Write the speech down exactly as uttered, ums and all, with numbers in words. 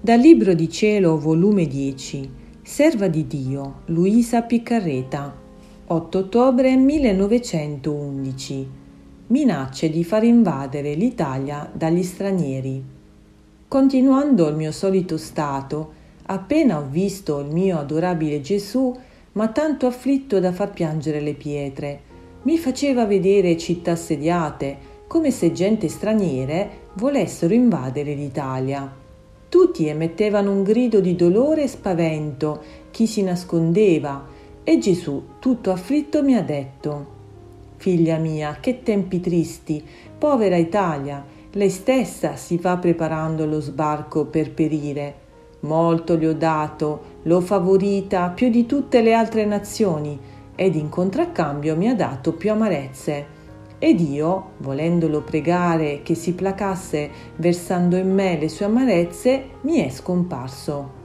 Dal Libro di Cielo, volume dieci, Serva di Dio, Luisa Piccarreta, otto ottobre millenovecentoundici. Minacce di far invadere l'Italia dagli stranieri. Continuando il mio solito stato, appena ho visto il mio adorabile Gesù, ma tanto afflitto da far piangere le pietre, mi faceva vedere città assediate, come se gente straniere volessero invadere l'Italia. Tutti emettevano un grido di dolore e spavento, chi si nascondeva, e Gesù, tutto afflitto, mi ha detto: «Figlia mia, che tempi tristi, povera Italia, lei stessa si va preparando allo sbarco per perire. Molto le ho dato, l'ho favorita più di tutte le altre nazioni, ed in contraccambio mi ha dato più amarezze. Ed io, volendolo pregare che si placasse versando in me le sue amarezze, mi è scomparso».